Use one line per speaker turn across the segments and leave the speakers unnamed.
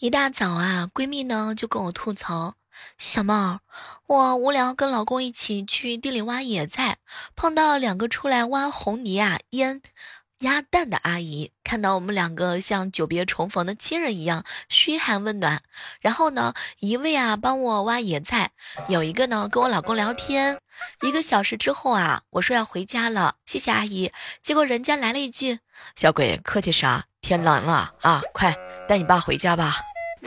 一大早啊，闺蜜呢就跟我吐槽：小妹儿，我无聊跟老公一起去地里挖野菜，碰到两个出来挖红泥啊、腌鸭蛋的阿姨，看到我们两个像久别重逢的亲人一样嘘寒问暖。然后呢，一位啊帮我挖野菜，有一个呢跟我老公聊天。1个小时之后啊，我说要回家了，谢谢阿姨。结果人家来了一句：小鬼，客气啥？天冷了啊，快带你爸回家吧。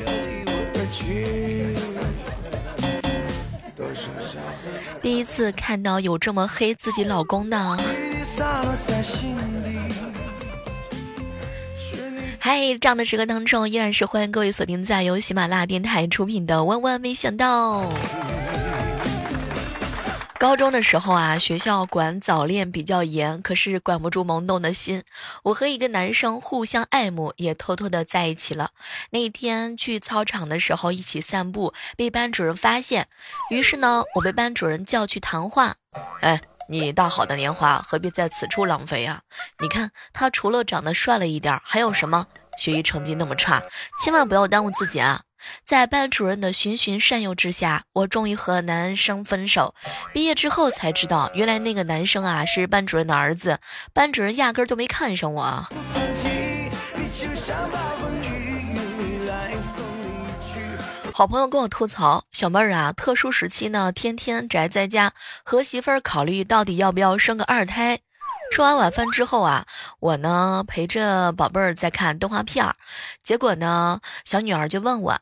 第一次看到有这么黑自己老公的。嗨，这样的时刻当中，依然是欢迎各位锁定在由喜马拉雅电台出品的万万没想到。高中的时候啊，学校管早恋比较严，可是管不住萌动的心。我和一个男生互相爱慕，也偷偷的在一起了。那一天去操场的时候一起散步，被班主任发现。于是呢，我被班主任叫去谈话。哎，你大好的年华何必在此处浪费啊？你看他除了长得帅了一点，还有什么？学习成绩那么差，千万不要耽误自己啊！在班主任的循循善诱之下，我终于和男生分手。毕业之后才知道，原来那个男生啊是班主任的儿子，班主任压根儿就没看上我。好朋友跟我吐槽，小妹儿啊，特殊时期呢，天天宅在家，和媳妇儿考虑到底要不要生个二胎。吃完晚饭之后啊，我呢陪着宝贝儿在看动画片儿，结果呢，小女儿就问我，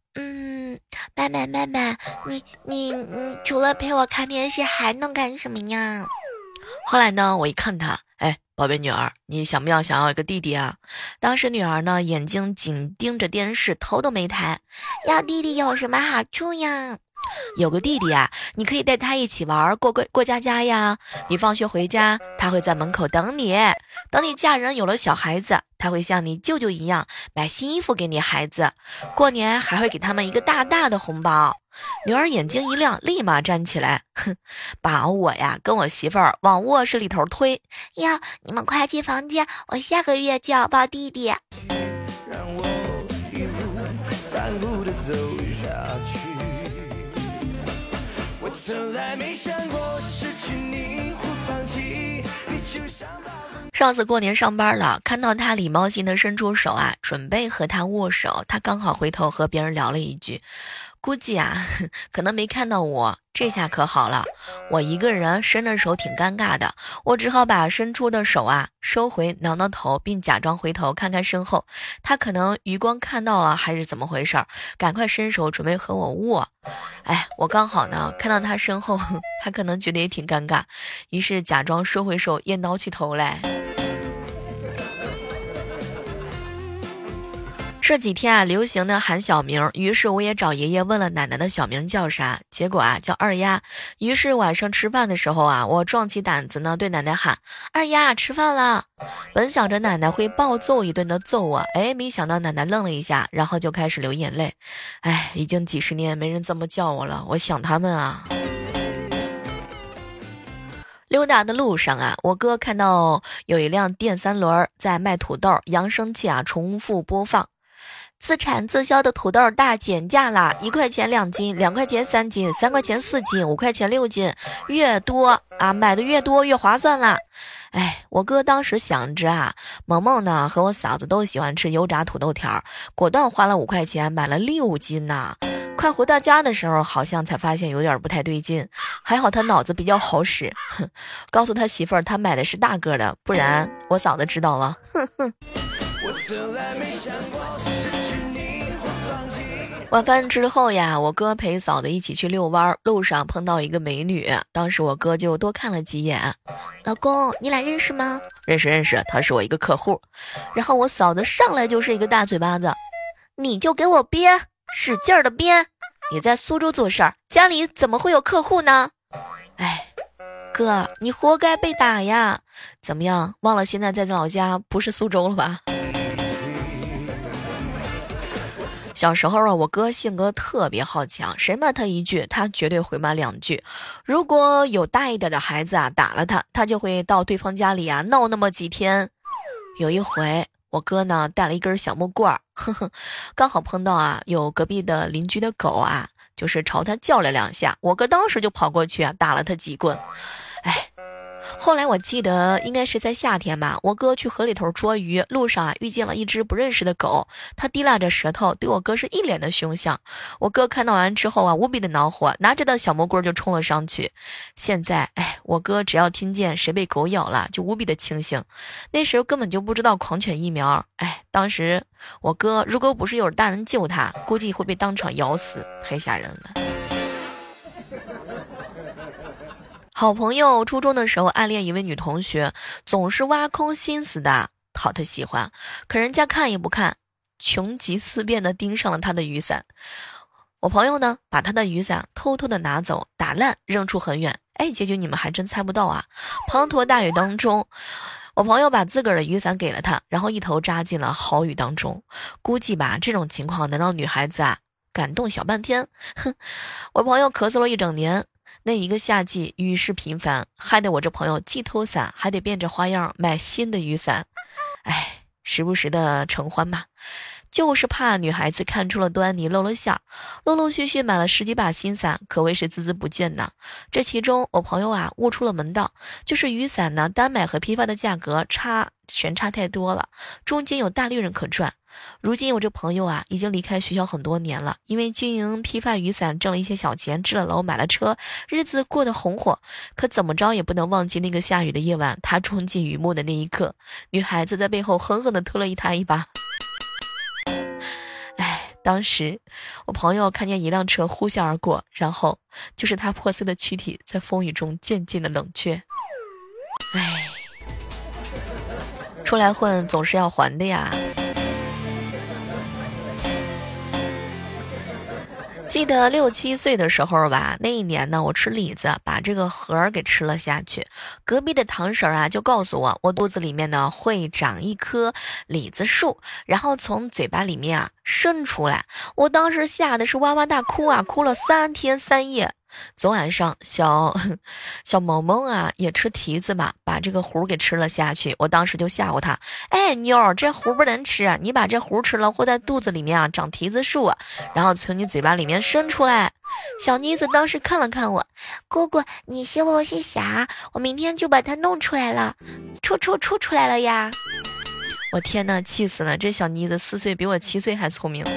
妈妈，你除了陪我看电视还能干什么呀？后来呢，我一看她，哎，宝贝女儿，你想要一个弟弟啊？当时女儿呢眼睛紧盯着电视，头都没抬，要弟弟有什么好处呀？有个弟弟啊，你可以带他一起玩过家家呀。你放学回家，他会在门口等你。等你嫁人有了小孩子，他会像你舅舅一样买新衣服给你孩子。过年还会给他们一个大大的红包。女儿眼睛一亮，立马站起来，把我呀跟我媳妇儿往卧室里头推。呀，你们快进房间，我下个月就要抱弟弟。让我一路反复地走下去。我从来没想过失去你或放弃你就像上次过年上班了，看到他礼貌性的伸出手啊，准备和他握手，他刚好回头和别人聊了一句，估计啊可能没看到我，这下可好了，我一个人伸着手挺尴尬的，我只好把伸出的手啊收回，挠挠头，并假装回头看看身后，他可能余光看到了还是怎么回事，赶快伸手准备和我握。哎，我刚好呢看到他身后，他可能觉得也挺尴尬，于是假装收回手，也挠起头来。这几天啊，流行的喊小名，于是我也找爷爷问了奶奶的小名叫啥，结果啊叫二丫。于是晚上吃饭的时候啊，我壮起胆子呢，对奶奶喊：二丫，吃饭了。本想着奶奶会暴揍一顿的揍我，哎，没想到奶奶愣了一下，然后就开始流眼泪。哎，已经几十年没人这么叫我了，我想他们啊。溜达的路上啊，我哥看到有一辆电三轮在卖土豆，扬声器啊重复播放。自产自销的土豆大减价啦！1块钱2斤，2块钱3斤，3块钱4斤，5块钱6斤，越多啊，买的越多越划算啦！哎，我哥当时想着啊，萌萌呢和我嫂子都喜欢吃油炸土豆条，果断花了5块钱买了6斤呐。快回到家的时候，好像才发现有点不太对劲，还好他脑子比较好使，告诉他媳妇儿他买的是大个的，不然我嫂子知道了，哼哼。我从来没想过晚饭之后呀，我哥陪嫂子一起去遛弯，路上碰到一个美女，当时我哥就多看了几眼。老公，你俩认识吗？认识，她是我一个客户。然后我嫂子上来就是一个大嘴巴子，你就给我编，使劲的编。你在苏州做事儿，家里怎么会有客户呢？哎，哥，你活该被打呀！怎么样，忘了现在在老家不是苏州了吧？小时候啊，我哥性格特别好强，谁骂他一句，他绝对回骂2句。如果有大一点的孩子啊打了他，他就会到对方家里啊闹那么几天。有一回， 我哥呢带了一根小木棍儿，刚好碰到啊有隔壁的邻居的狗啊，就是朝他叫了2下，我哥当时就跑过去啊打了他几棍。哎，后来我记得应该是在夏天吧，我哥去河里头捉鱼，路上啊遇见了一只不认识的狗，他提拉着舌头对我哥是一脸的凶相。我哥看到完之后啊无比的恼火，拿着的小木棍就冲了上去。现在我哥只要听见谁被狗咬了就无比的清醒，那时候根本就不知道狂犬疫苗。当时我哥如果不是有大人救他，估计会被当场咬死，太吓人了。好朋友初中的时候暗恋一位女同学，总是挖空心思的讨她喜欢，可人家看也不看，穷极思变的盯上了她的雨伞。我朋友呢把她的雨伞偷偷的拿走，打烂扔出很远。结局你们还真猜不到啊！滂沱大雨当中，我朋友把自个儿的雨伞给了他，然后一头扎进了豪雨当中。估计吧这种情况能让女孩子啊感动小半天。我朋友咳嗽了一整年，那一个夏季雨势频繁，害得我这朋友既偷伞还得变着花样买新的雨伞。时不时的承欢嘛，就是怕女孩子看出了端倪露了馅，陆陆续续买了10几把新伞，可谓是孜孜不倦呢。这其中我朋友啊悟出了门道，就是雨伞呢单买和批发的价格悬差太多了，中间有大利润可赚。如今我这朋友啊已经离开学校很多年了，因为经营批发雨伞挣了一些小钱，置了楼买了车，日子过得红火。可怎么着也不能忘记那个下雨的夜晚，他冲进雨幕的那一刻，女孩子在背后狠狠地推了他一把。当时我朋友看见一辆车呼啸而过，然后就是他破碎的躯体在风雨中渐渐的冷却。出来混总是要还的呀。记得6、7岁的时候吧，那一年呢，我吃李子，把这个核儿给吃了下去。隔壁的堂婶啊，就告诉我，我肚子里面呢会长一棵李子树，然后从嘴巴里面啊伸出来。我当时吓得是哇哇大哭啊，哭了3天3夜。昨晚上小萌萌啊也吃提子嘛，把这个核给吃了下去。我当时就吓唬他，妞儿，这核不能吃啊，你把这核吃了会在肚子里面啊长提子树啊，然后从你嘴巴里面伸出来。小妮子当时看了看我，姑姑你是我是傻，我明天就把它弄出来了，出来了呀。我天哪，气死了，这小妮子4岁比我7岁还聪明。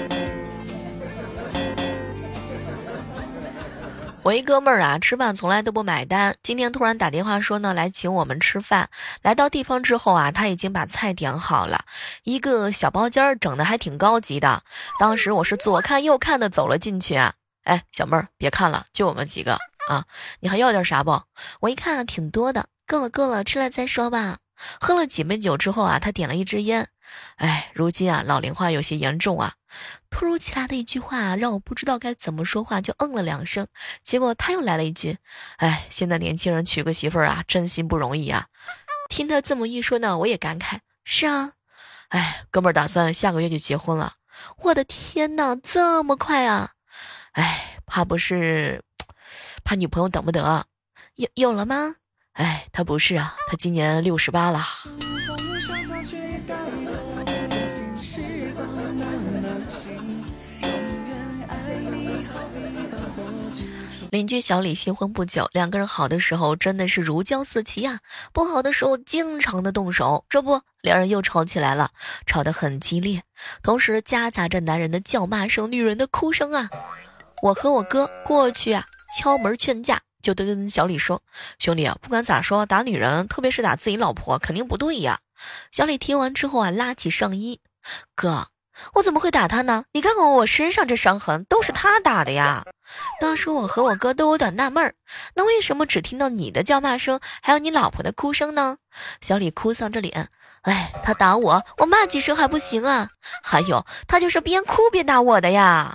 我一哥们儿啊，吃饭从来都不买单，今天突然打电话说呢，来请我们吃饭。来到地方之后啊，他已经把菜点好了，一个小包间整的还挺高级的。当时我是左看右看的走了进去啊，小妹儿别看了，就我们几个啊，你还要点啥不？我一看挺多的，够了，吃了再说吧。喝了几杯酒之后啊，他点了一支烟。如今啊，老龄化有些严重啊。突如其来的一句话让我不知道该怎么说话，就嗯了2声。结果他又来了一句，现在年轻人娶个媳妇儿啊，真心不容易啊。听他这么一说呢，我也感慨，是啊，哥们儿打算下个月就结婚了。我的天哪，这么快啊！怕女朋友等不得。有了吗？他不是啊，他今年68了。邻居小李新婚不久，2个人好的时候真的是如胶似漆啊，不好的时候经常的动手，这不2人又吵起来了，吵得很激烈，同时夹杂着男人的叫骂声、女人的哭声啊。我和我哥过去啊敲门劝架，就跟小李说，兄弟啊，不管咋说，打女人特别是打自己老婆肯定不对呀。小李听完之后啊，拉起上衣，哥，我怎么会打他呢？你看看我身上这伤痕都是他打的呀。当时我和我哥都有点纳闷儿，那为什么只听到你的叫骂声，还有你老婆的哭声呢？小李哭丧着脸，他打我，我骂几声还不行啊？还有，他就是边哭边打我的呀。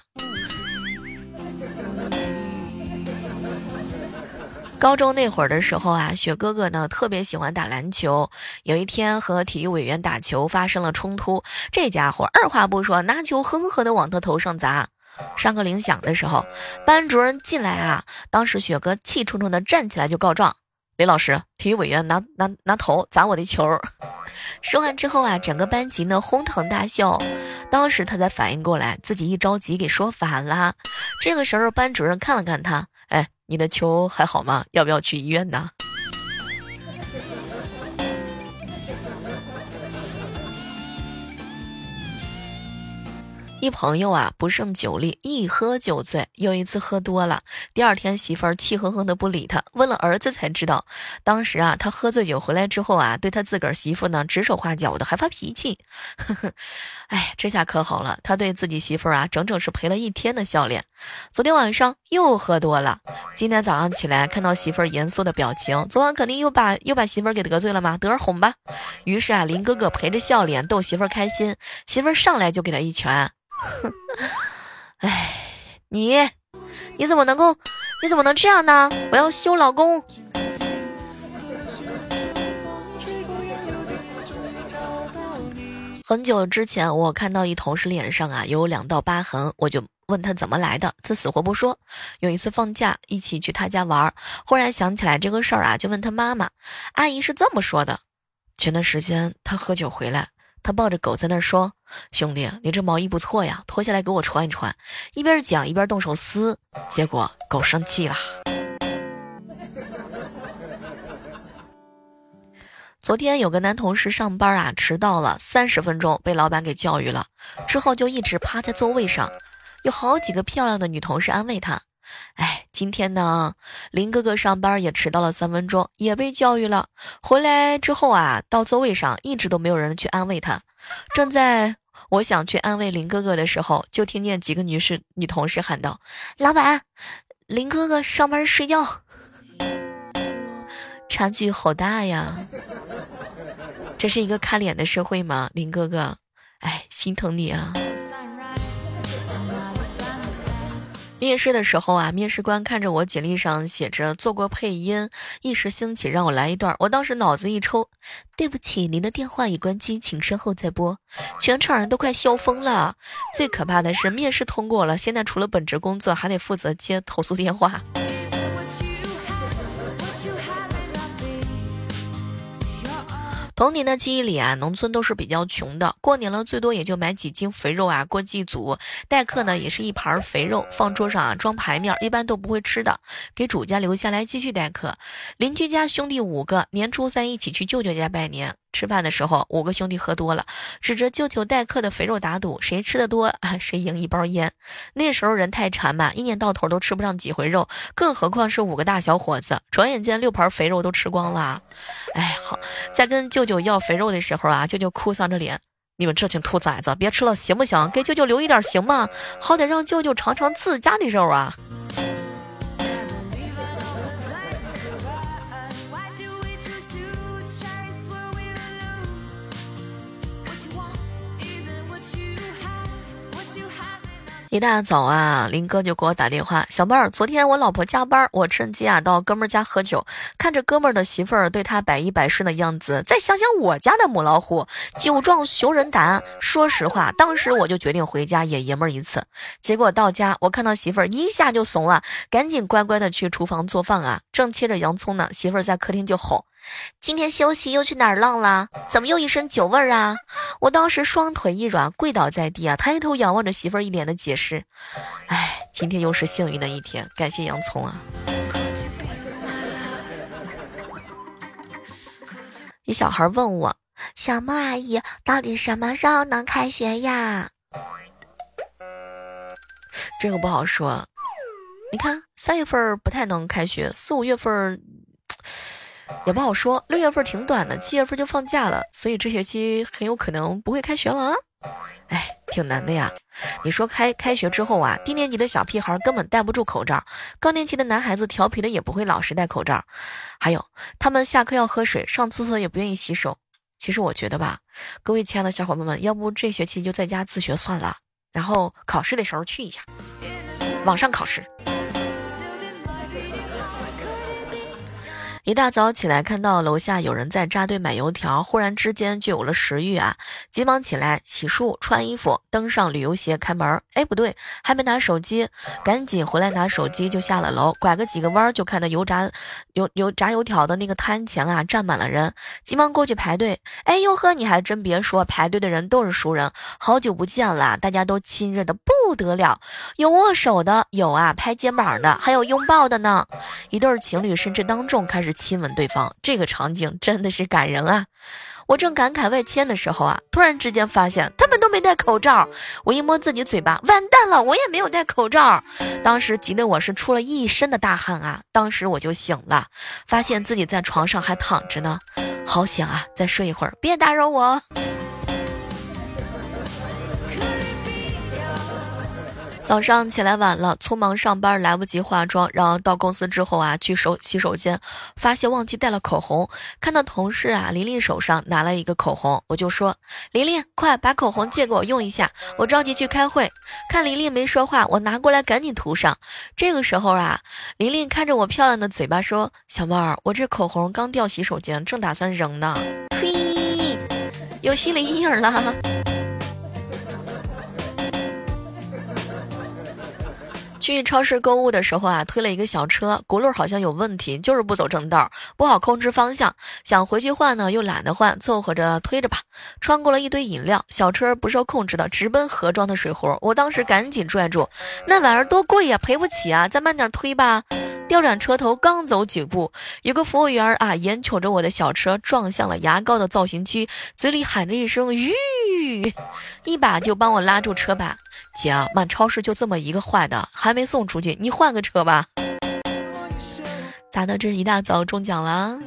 高中那会儿的时候啊，雪哥哥呢特别喜欢打篮球。有一天和体育委员打球发生了冲突，这家伙二话不说，拿球狠狠地往他头上砸。上课铃响的时候，班主任进来啊，当时雪哥气冲冲地站起来就告状， 雷老师，体育委员拿头砸我的球。说完之后啊，整个班级呢哄堂大笑。当时他才反应过来，自己一着急给说反了。这个时候班主任看了看他，哎，你的球还好吗？要不要去医院呢？一朋友啊不胜酒力，一喝就醉。有一次喝多了，第二天媳妇儿气哼哼的不理他，问了儿子才知道，当时啊他喝醉酒回来之后啊，对他自个儿媳妇呢指手画脚的，还发脾气。哎，这下可好了，他对自己媳妇儿啊整整是赔了一天的笑脸。昨天晚上又喝多了，今天早上起来看到媳妇儿严肃的表情，昨晚肯定又把媳妇儿给得罪了吗？得哄吧。于是啊林哥哥陪着笑脸逗媳妇儿开心，媳妇儿上来就给他一拳。哎，你怎么能这样呢？我要修老公。很久之前我看到一同事脸上啊有2道疤痕，我就问他怎么来的，他死活不说。有一次放假一起去他家玩，忽然想起来这个事儿啊，就问他妈妈，阿姨是这么说的，前段时间他喝酒回来，他抱着狗在那儿说，兄弟你这毛衣不错呀，脱下来给我穿一穿，一边讲一边动手撕，结果狗生气了。昨天有个男同事上班啊迟到了30分钟，被老板给教育了，之后就一直趴在座位上，有好几个漂亮的女同事安慰他。哎，今天呢林哥哥上班也迟到了3分钟，也被教育了，回来之后啊到座位上一直都没有人去安慰他。正在我想去安慰林哥哥的时候，就听见几个女同事喊道，老板，林哥哥上班睡觉。差距好大呀，这是一个看脸的社会吗？林哥哥，哎，心疼你啊。面试的时候啊，面试官看着我简历上写着做过配音，一时兴起让我来一段，我当时脑子一抽，对不起，您的电话已关机，请稍后再拨。全场人都快笑疯了。最可怕的是面试通过了，现在除了本职工作还得负责接投诉电话。童年的记忆里啊，农村都是比较穷的，过年了最多也就买几斤肥肉啊过祭祖，待客呢也是一盘肥肉放桌上啊装牌面，一般都不会吃的，给主家留下来继续待客。邻居家兄弟5个，年初3一起去舅舅家拜年，吃饭的时候5个兄弟喝多了，指着舅舅待客的肥肉打赌，谁吃的多啊谁赢一包烟。那时候人太馋嘛，一年到头都吃不上几回肉，更何况是5个大小伙子，转眼间6盘肥肉都吃光了。哎，好，在跟舅舅要肥肉的时候啊，舅舅哭丧着脸，你们这群兔崽子别吃了行不行？给舅舅留一点行吗？好歹让舅舅尝尝自家的肉啊。一大早啊，林哥就给我打电话，小妹儿，昨天我老婆加班，我趁机啊到哥们儿家喝酒，看着哥们儿的媳妇儿对他百依百顺的样子，再想想我家的母老虎，酒壮熊人胆。说实话，当时我就决定回家也爷们儿一次。结果到家，我看到媳妇儿一下就怂了，赶紧乖乖的去厨房做饭啊，正切着洋葱呢，媳妇儿在客厅就吼，今天休息又去哪儿浪了？怎么又一身酒味儿啊？我当时双腿一软，跪倒在地啊，抬头仰望着媳妇儿一脸的解释。哎，今天又是幸运的一天，感谢洋葱啊。一小孩问我，小莫阿姨，到底什么时候能开学呀？这个不好说，你看3月份不太能开学，4、5月份也不好说，6月份挺短的，7月份就放假了，所以这学期很有可能不会开学了啊。哎，挺难的呀。你说开学之后啊，低年级的小屁孩根本戴不住口罩，高年级的男孩子调皮的也不会老实戴口罩，还有他们下课要喝水，上厕所也不愿意洗手。其实我觉得吧，各位亲爱的小伙伴们，要不这学期就在家自学算了，然后考试的时候去一下网上考试。 一大早起来看到楼下有人在扎堆买油条，忽然之间就有了食欲啊，急忙起来洗漱穿衣服，登上旅游鞋开门。哎，不对，还没拿手机，赶紧回来拿手机就下了楼，拐个几个弯就看到炸油条的那个摊前啊站满了人，急忙过去排队。哎呦呵，你还真别说，排队的人都是熟人，好久不见了，大家都亲热的不得了，有握手的，有啊拍肩膀的，还有拥抱的呢。一对情侣甚至当众开始亲吻对方，这个场景真的是感人啊！我正感慨外迁的时候啊，突然之间发现他们都没戴口罩，我一摸自己嘴巴，完蛋了，我也没有戴口罩。当时急得我是出了一身的大汗啊！当时我就醒了，发现自己在床上还躺着呢，好想啊，再睡一会儿，别打扰我。早上起来晚了，匆忙上班来不及化妆，然后到公司之后啊，去洗手间，发现忘记带了口红。看到同事啊琳琳手上拿了一个口红，我就说琳琳，快把口红借给我用一下，我着急去开会。看琳琳没说话，我拿过来赶紧涂上。这个时候啊，琳琳看着我漂亮的嘴巴说，小妹儿，我这口红刚掉洗手间，正打算扔呢。嘿，有心理阴影了。去超市购物的时候啊，推了一个小车，轱辘好像有问题，就是不走正道，不好控制方向，想回去换呢，又懒得换，凑合着推着吧。穿过了一堆饮料，小车不受控制的直奔盒装的水壶，我当时赶紧拽住，那玩意儿多贵呀，赔不起啊，再慢点推吧。调转车头，刚走几步，有个服务员啊，眼瞅着我的小车撞向了牙膏的造型区，嘴里喊着一声吁，一把就帮我拉住车把。姐，满超市就这么一个坏的，还没送出去，你换个车吧。咋的，这是一大早中奖了？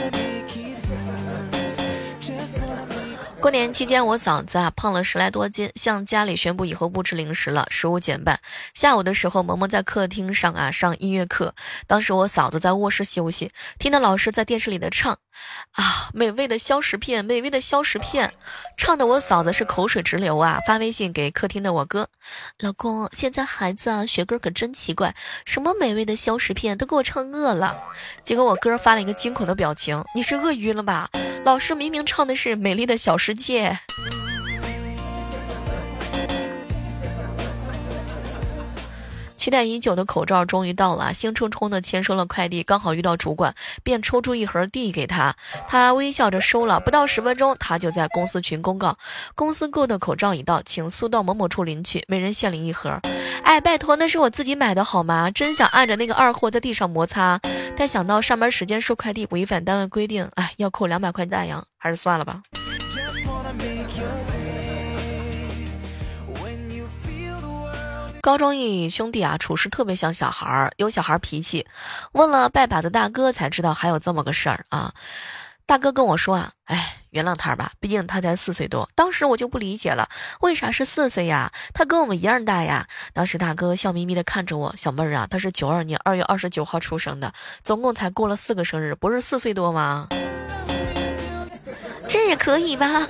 过年期间我嫂子啊胖了10来多斤，向家里宣布以后不吃零食了，食物减半。下午的时候萌萌在客厅上啊上音乐课，当时我嫂子在卧室休息，听到老师在电视里的唱啊美味的消食片，美味的消食片，唱的我嫂子是口水直流啊，发微信给客厅的我哥，老公，现在孩子啊学歌可真奇怪，什么美味的消食片都给我唱饿了。结果我哥发了一个惊恐的表情，你是饿晕了吧？老师明明唱的是美丽的小世界。期待已久的口罩终于到了，兴冲冲的签收了快递，刚好遇到主管，便抽出一盒递给他，他微笑着收了。不到10分钟，他就在公司群公告，公司购的口罩已到，请速到某某处领取，每人限领1盒。哎，拜托，那是我自己买的好吗？真想按着那个二货在地上摩擦，但想到上班时间收快递违反单位规定，哎，要扣200块大洋，还是算了吧。高中一兄弟啊，处事特别像小孩儿，有小孩脾气。问了拜把子大哥才知道还有这么个事儿啊。大哥跟我说啊，哎，原谅他吧，毕竟他才4岁多。当时我就不理解了，为啥是4岁呀？他跟我们一样大呀。当时大哥笑眯眯的看着我，小妹儿啊，他是92年2月29号出生的，总共才过了4个生日，不是4岁多吗？这也可以吧？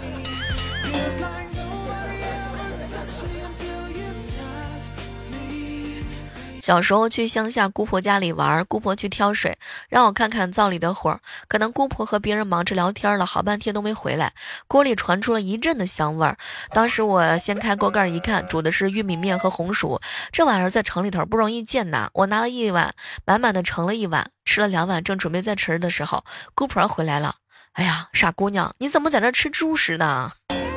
小时候去乡下姑婆家里玩，姑婆去挑水，让我看看灶里的火，可能姑婆和别人忙着聊天了，好半天都没回来，锅里传出了一阵的香味儿。当时我掀开锅盖一看，煮的是玉米面和红薯，这玩意儿在城里头不容易见呐。我拿了1碗，满满的盛了1碗，吃了2碗，正准备再吃的时候，姑婆回来了。哎呀，傻姑娘，你怎么在这吃猪食呢？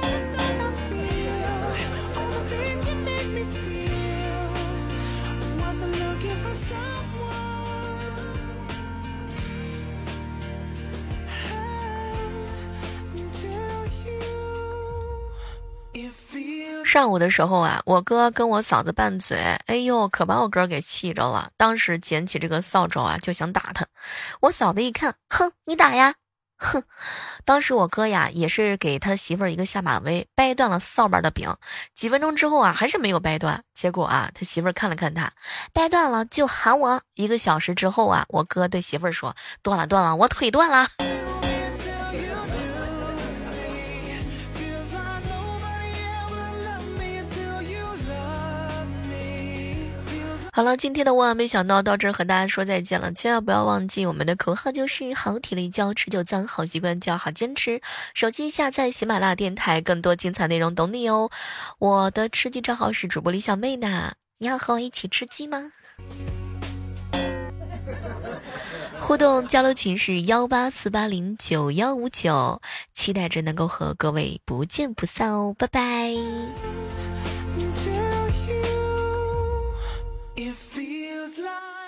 上午的时候啊，我哥跟我嫂子拌嘴，哎呦，可把我哥给气着了。当时捡起这个扫帚啊，就想打他。我嫂子一看，哼，你打呀，哼。当时我哥呀，也是给他媳妇儿一个下马威，掰断了扫把的柄。几分钟之后啊，还是没有掰断。结果啊，他媳妇儿看了看他，掰断了就喊我。1个小时之后啊，我哥对媳妇儿说，断了，我腿断了。 好了，今天的万万没想到到这儿和大家说再见了，千万不要忘记我们的口号就是好体力就要持久战，好习惯就要好坚持。手机下载喜马拉雅电台，更多精彩内容等你哦。我的吃鸡账号是主播李小妹呢，你要和我一起吃鸡吗？互动交流群是184809159，期待着能够和各位不见不散哦，拜拜。It feels like